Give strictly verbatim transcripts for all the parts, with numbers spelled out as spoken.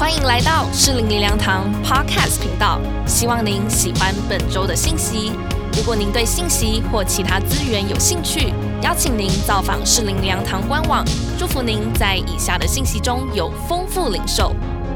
欢迎来到适龄灵粮堂 Podcast 频道，希望您喜欢本周的信息。如果您对信息或其他资源有兴趣，邀请您造访适龄灵粮堂官网。祝福您在以下的信息中有丰富领受。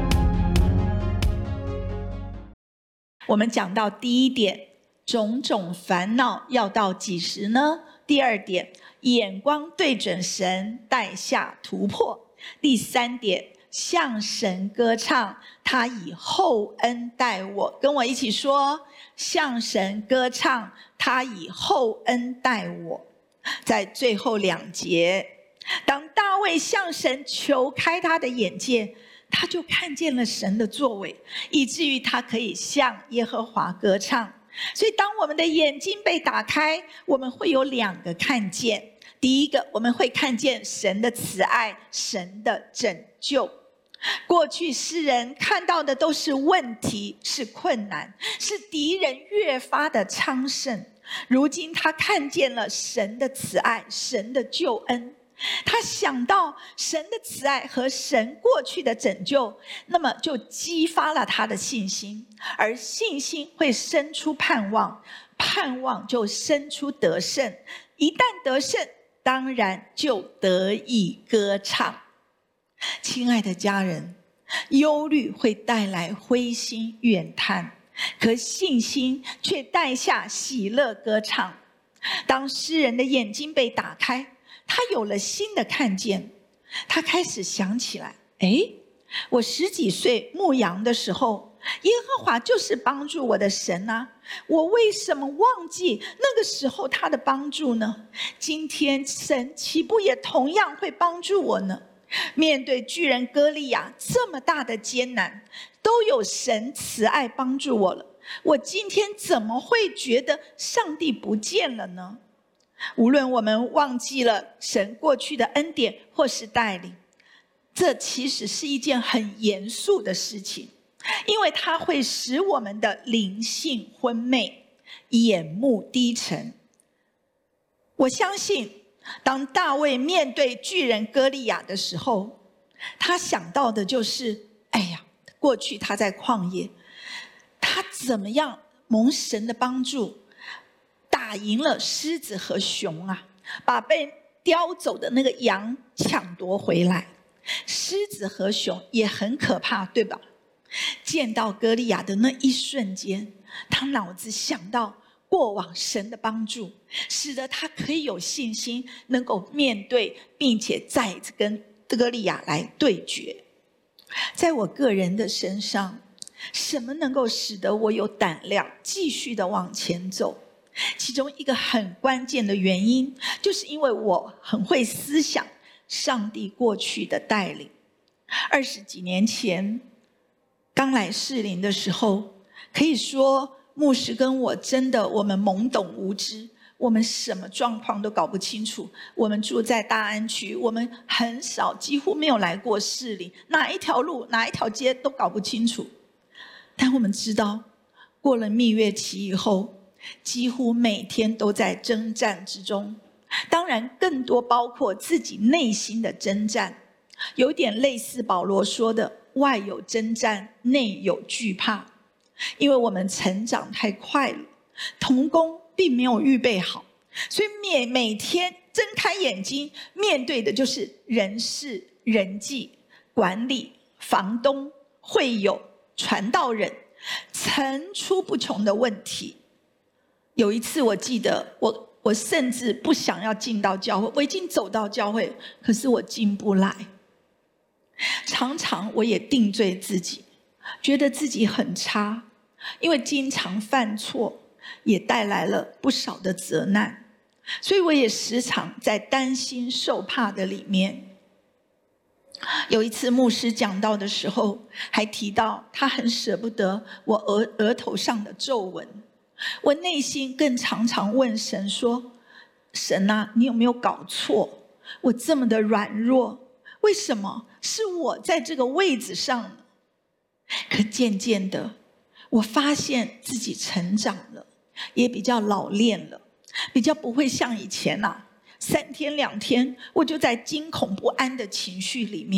我们讲到第一点，种种烦恼要到几时呢？第二点，眼光对准神，带下突破。第三点，向神歌唱，他以厚恩待我。跟我一起说，向神歌唱，他以厚恩待我。在最后两节，当大卫向神求开他的眼界，他就看见了神的作为，以至于他可以向耶和华歌唱。所以当我们的眼睛被打开，我们会有两个看见。第一个，我们会看见神的慈爱，神的拯救。过去世人看到的都是问题，是困难，是敌人越发的昌盛。如今他看见了神的慈爱，神的救恩，他想到神的慈爱和神过去的拯救，那么就激发了他的信心，而信心会生出盼望，盼望就生出得胜，一旦得胜，当然就得以歌唱。亲爱的家人，忧虑会带来灰心怨叹，可信心却带下喜乐歌唱。当诗人的眼睛被打开，他有了新的看见，他开始想起来，诶，我十几岁牧羊的时候，耶和华就是帮助我的神啊，我为什么忘记那个时候他的帮助呢？今天神岂不也同样会帮助我呢？面对巨人歌利亚这么大的艰难，都有神慈爱帮助我了，我今天怎么会觉得上帝不见了呢？无论我们忘记了神过去的恩典或是带领，这其实是一件很严肃的事情，因为它会使我们的灵性昏昧，眼目低沉。我相信当大卫面对巨人歌利亚的时候，他想到的就是哎呀，过去他在旷野，他怎么样蒙神的帮助打赢了狮子和熊啊，把被叼走的那个羊抢夺回来。狮子和熊也很可怕，对吧？见到歌利亚的那一瞬间，他脑子想到过往神的帮助，使得他可以有信心能够面对，并且再一次跟歌利亚来对决。在我个人的身上，什么能够使得我有胆量继续的往前走？其中一个很关键的原因，就是因为我很会思想上帝过去的带领。二十几年前刚来士林的时候，可以说牧师跟我真的我们懵懂无知，我们什么状况都搞不清楚。我们住在大安区，我们很少几乎没有来过士林，哪一条路哪一条街都搞不清楚。但我们知道过了蜜月期以后，几乎每天都在征战之中，当然更多包括自己内心的征战，有点类似保罗说的外有征战，内有惧怕。因为我们成长太快了，同工并没有预备好，所以每每天睁开眼睛面对的就是人事、人际、管理、房东、会友、传道人，层出不穷的问题。有一次我记得我我甚至不想要进到教会，我已经走到教会，可是我进不来。常常我也定罪自己，觉得自己很差，因为经常犯错也带来了不少的责难，所以我也时常在担心受怕的里面。有一次牧师讲道的时候，还提到他很舍不得我 额, 额头上的皱纹，我内心更常常问神说，神啊，你有没有搞错？我这么的软弱，为什么是我在这个位置上呢？可渐渐的我发现自己成长了，也比较老练了，比较不会像以前啊，三天两天我就在惊恐不安的情绪里面。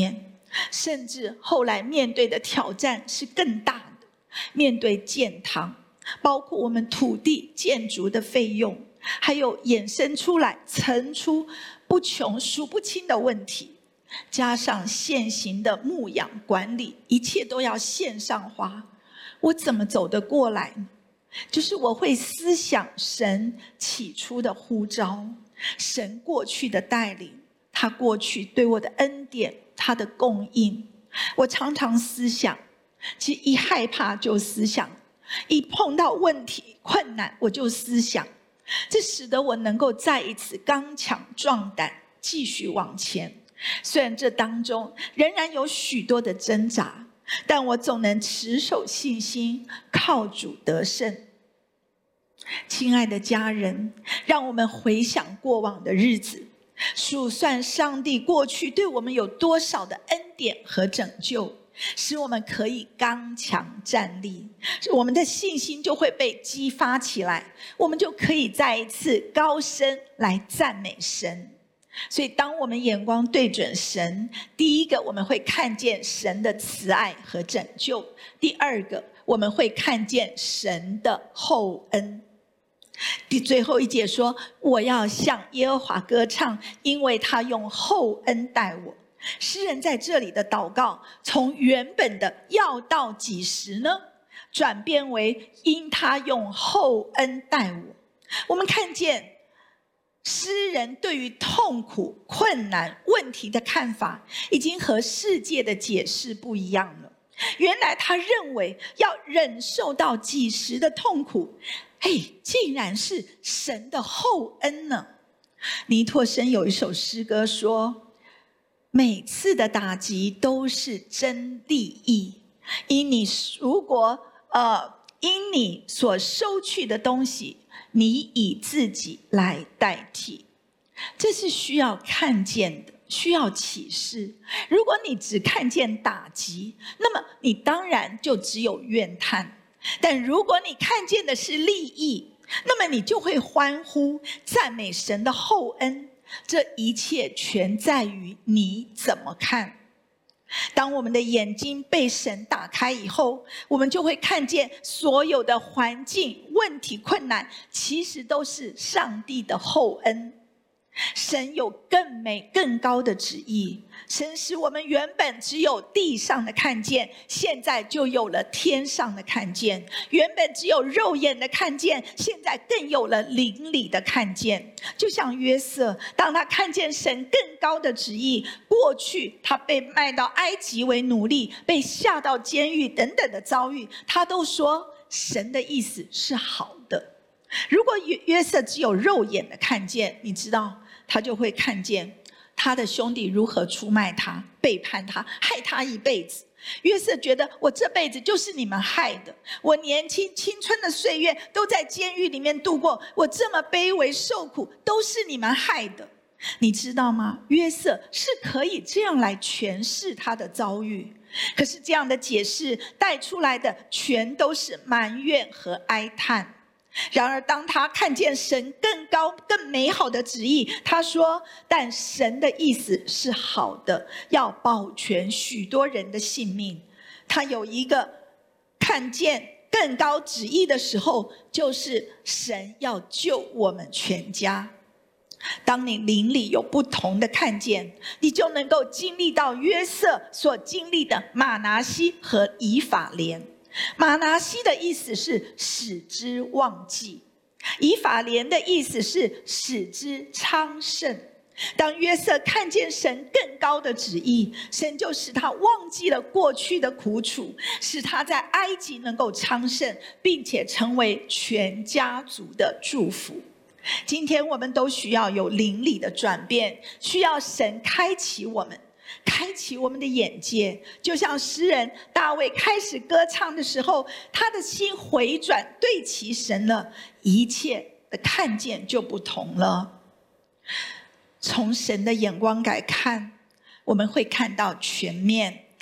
甚至后来面对的挑战是更大的，面对建堂，包括我们土地建筑的费用，还有衍生出来层出不穷数不清的问题，加上现行的牧养管理，一切都要线上化，我怎么走得过来呢？就是我会思想神起初的呼召，神过去的带领，他过去对我的恩典，他的供应。我常常思想，其实一害怕就思想，一碰到问题困难我就思想，这使得我能够再一次刚强壮胆，继续往前。虽然这当中仍然有许多的挣扎，但我总能持守信心，靠主得胜。亲爱的家人，让我们回想过往的日子，数算上帝过去对我们有多少的恩典和拯救，使我们可以刚强站立，我们的信心就会被激发起来，我们就可以再一次高声来赞美神。所以当我们眼光对准神，第一个我们会看见神的慈爱和拯救，第二个我们会看见神的厚恩。第最后一节说，我要向耶和华歌唱，因为他用厚恩待我。诗人在这里的祷告，从原本的要到几时呢，转变为因他用厚恩待我。我们看见诗人对于痛苦、困难、问题的看法，已经和世界的解释不一样了。原来他认为要忍受到几时的痛苦，嘿，竟然是神的厚恩呢。尼托生有一首诗歌说，每次的打击都是真利益，因你如果呃因你所收去的东西，你以自己来代替。这是需要看见的，需要启示。如果你只看见打击，那么你当然就只有怨叹。但如果你看见的是利益，那么你就会欢呼赞美神的厚恩。这一切全在于你怎么看。当我们的眼睛被神打开以后，我们就会看见所有的环境、问题、困难，其实都是上帝的厚恩。神有更美更高的旨意，神使我们原本只有地上的看见，现在就有了天上的看见；原本只有肉眼的看见，现在更有了灵里的看见。就像约瑟，当他看见神更高的旨意，过去他被卖到埃及为奴隶，被下到监狱等等的遭遇，他都说神的意思是好的。如果约瑟只有肉眼的看见，你知道他就会看见他的兄弟如何出卖他、背叛他、害他一辈子。约瑟觉得，我这辈子就是你们害的，我年轻青春的岁月都在监狱里面度过，我这么卑微受苦都是你们害的。你知道吗？约瑟是可以这样来诠释他的遭遇，可是这样的解释带出来的全都是埋怨和哀叹。然而当他看见神更高更美好的旨意，他说，但神的意思是好的，要保全许多人的性命。他有一个看见更高旨意的时候，就是神要救我们全家。当你灵里有不同的看见，你就能够经历到约瑟所经历的玛拿西和以法莲。玛拿西的意思是使之忘记，以法莲的意思是使之昌盛。当约瑟看见神更高的旨意，神就使他忘记了过去的苦楚，使他在埃及能够昌盛，并且成为全家族的祝福。今天我们都需要有灵里的转变，需要神开启我们，开启我们的眼界。就像诗人大卫开始歌唱的时候，他的心回转对齐神了，一切的看见就不同了。从神的眼光来看，我们会看到全面，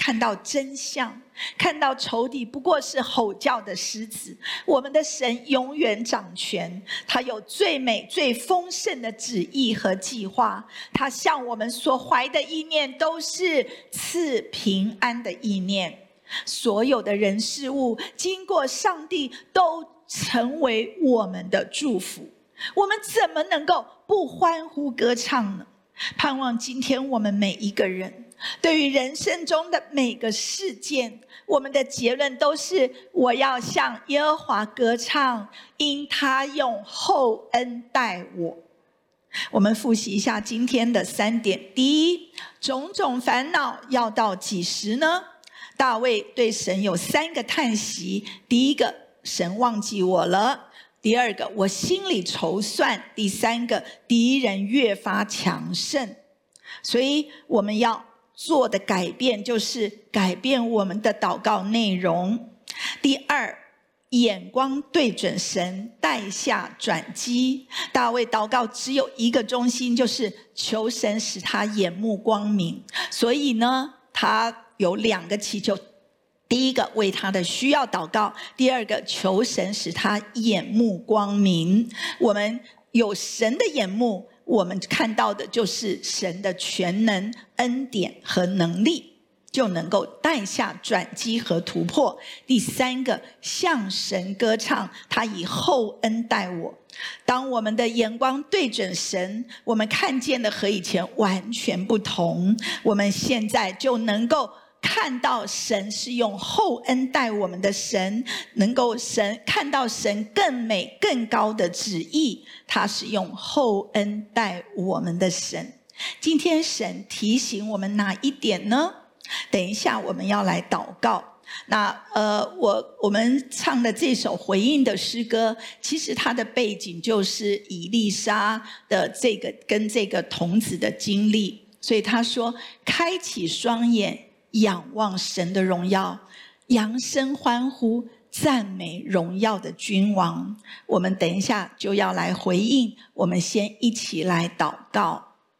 看到真相，看到仇敌不过是吼叫的狮子。我们的神永远掌权，他有最美最丰盛的旨意和计划，他向我们所怀的意念都是赐平安的意念。所有的人事物经过上帝都成为我们的祝福，我们怎么能够不欢呼歌唱呢？盼望今天我们每一个人对于人生中的每个事件，我们的结论都是我要向耶和华歌唱，因他用厚恩待我。我们复习一下今天的三点。第一，种种烦恼要到几时呢？大卫对神有三个叹息。第一个，神忘记我了；第二个，我心里筹算；第三个，敌人越发强盛。所以我们要做的改变就是改变我们的祷告内容。第二，眼光对准神，带下转机。大卫祷告只有一个中心，就是求神使他眼目光明。所以呢，他有两个祈求，第一个为他的需要祷告，第二个求神使他眼目光明。我们有神的眼目，我们看到的就是神的全能、恩典和能力，就能够带下转机和突破。第三个，向神歌唱，他以厚恩待我。当我们的眼光对准神，我们看见的和以前完全不同。我们现在就能够看到神是用厚恩待我们的神，能够神看到神更美更高的旨意，他是用厚恩待我们的神。今天神提醒我们哪一点呢？等一下我们要来祷告。那呃，我我们唱的这首回应的诗歌，其实它的背景就是以利沙的这个跟这个童子的经历。所以他说，开启双眼仰望神的荣耀，扬声欢呼赞美荣耀的君王。我们等一下就要来回应，我们先一起来祷告。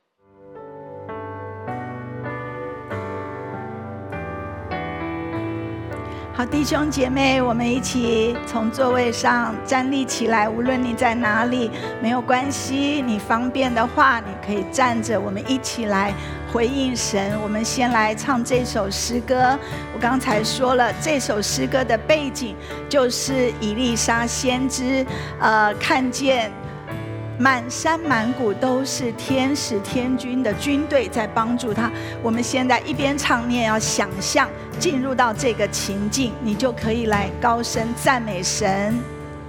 好，弟兄姐妹，我们一起从座位上站立起来，无论你在哪里没有关系，你方便的话你可以站着，我们一起来回应神。我们先来唱这首诗歌。我刚才说了，这首诗歌的背景就是以利沙先知呃，看见满山满谷都是天使天军的军队在帮助他。我们现在一边唱，你也要想象进入到这个情境，你就可以来高声赞美神。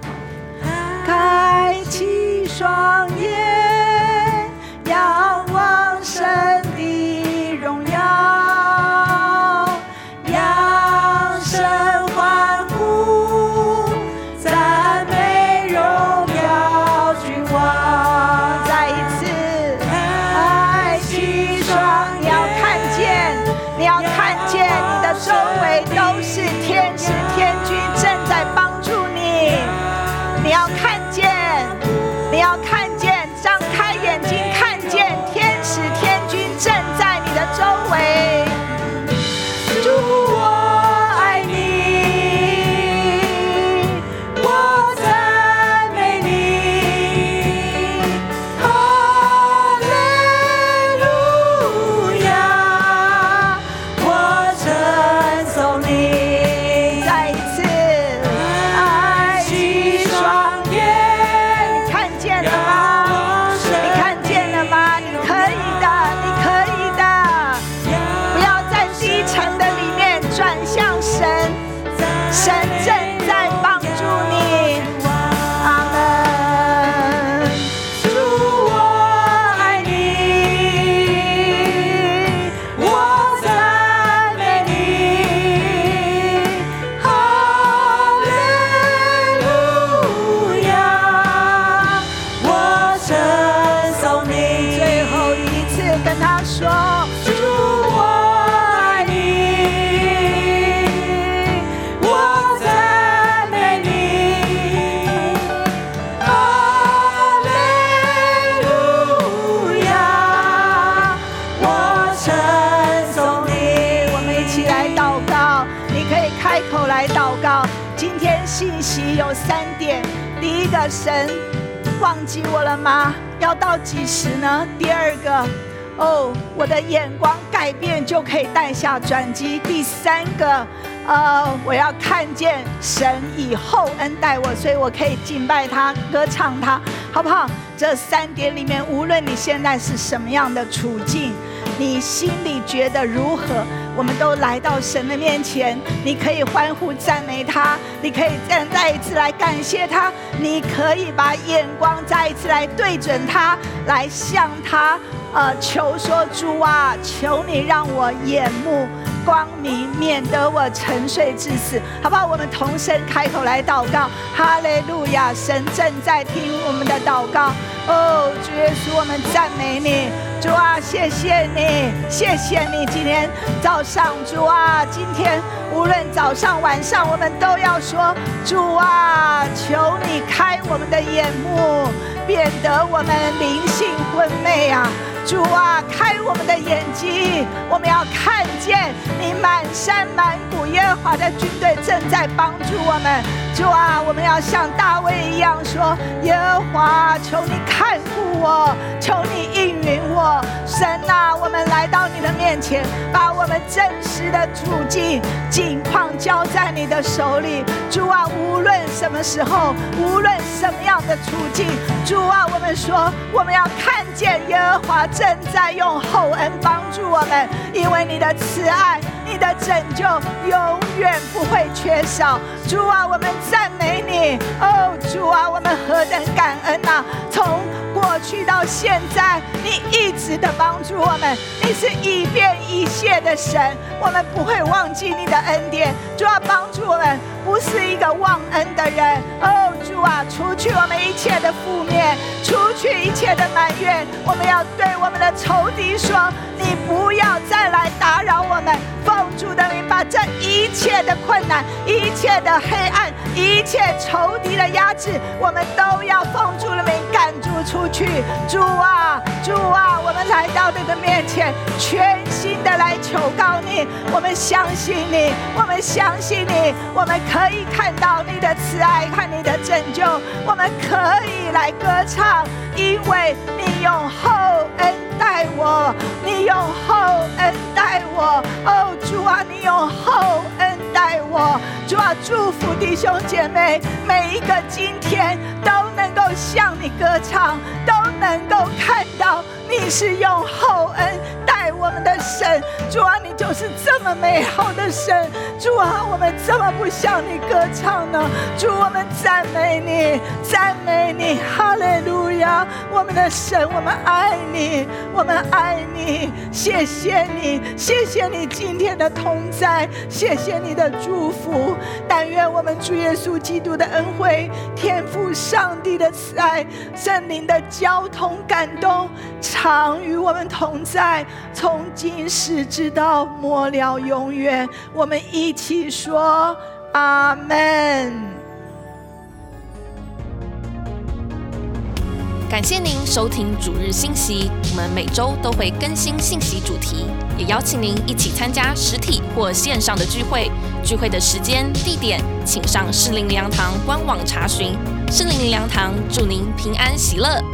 开启双眼，仰望神的荣耀，扬声欢呼赞美荣耀君王。再一次，开启双眼，你要看见，你要看见你的周围都是天使天军正在帮助你。你要看见，你要看见，张开眼睛看见天使天军正在你的周围。主，我爱你，我赞美你，哈利路亚，我来祷告。今天信息有三点：第一个，神忘记我了吗？要到几时呢？第二个，哦，我的眼光改变就可以带下转机。第三个，呃，我要看见神以厚恩待我，所以我可以敬拜他，歌唱他，好不好？这三点里面，无论你现在是什么样的处境，你心里觉得如何，我们都来到神的面前，你可以欢呼赞美他，你可以再再一次来感谢他，你可以把眼光再一次来对准他，来向他呃求说，主啊，求你让我眼目光明，免得我沉睡至死，好不好？我们同声开口来祷告。哈利路亚！神正在听我们的祷告。哦，主耶稣，我们赞美你。主啊，谢谢你，谢谢你。今天早上，主啊，今天无论早上晚上，我们都要说，主啊，求你开我们的眼目，免得我们灵性昏昧啊。主啊，开我们的眼睛，我们要看见你满山满谷耶和华的军队正在帮助我们。主啊，我们要像大卫一样说，耶和华，求你看顾我，求你应允我。神啊，我们来到你的面前，把我们真实的处境境况交在你的手里。主啊，无论什么时候，无论什么样的处境，主啊，我们说我们要看见耶和华正在用厚恩帮助我们，因为你的慈爱，你的拯救永远不会缺少。主啊，我们赞美你。哦，主啊，我们何等感恩啊！从过去到现在，你一直的帮助我们，你是以便以谢的神，我们不会忘记你的恩典。主啊，帮助我们不是一个忘恩的人。哦，主啊，除去我们一切的负面，除去一切的埋怨，我们要对我们的仇敌说，你不要再来打扰我们。奉主的名，把这一切的困难，一切的黑暗，一切仇敌的压制，我们都要奉主的名赶逐出去。主啊，主啊，我们来到你的面前，全心的来求告你。我们相信你，我们相信你，我们可以看到你的慈爱和你的拯救，我们可以来歌唱，因为你用厚恩待我，你用厚恩待我。哦，主啊，你用厚恩待我。主啊，祝福弟兄姐妹，每一个今天都能够向你歌唱，都能够看到你是用厚恩待我们的神。主啊，你就是这么美好的神。主啊，我们怎么不向你歌唱呢？主，我们赞美你，赞美你，哈利路亚！我们的神，我们爱你，我们爱你，谢谢你，谢谢你今天的同在，谢谢你的祝福。但愿我们主耶稣基督的恩惠，天父上帝的慈爱，圣灵的交通感动，常与我们同在，从今时直到末了永远。我们一起说阿们。 感谢您收听主日信息，我们每周都会更新信息主题，也邀请您一起参加实体或线上的聚会。聚会的时间、地点，请上士林灵粮堂官网查询。士林灵粮堂祝您平安喜乐。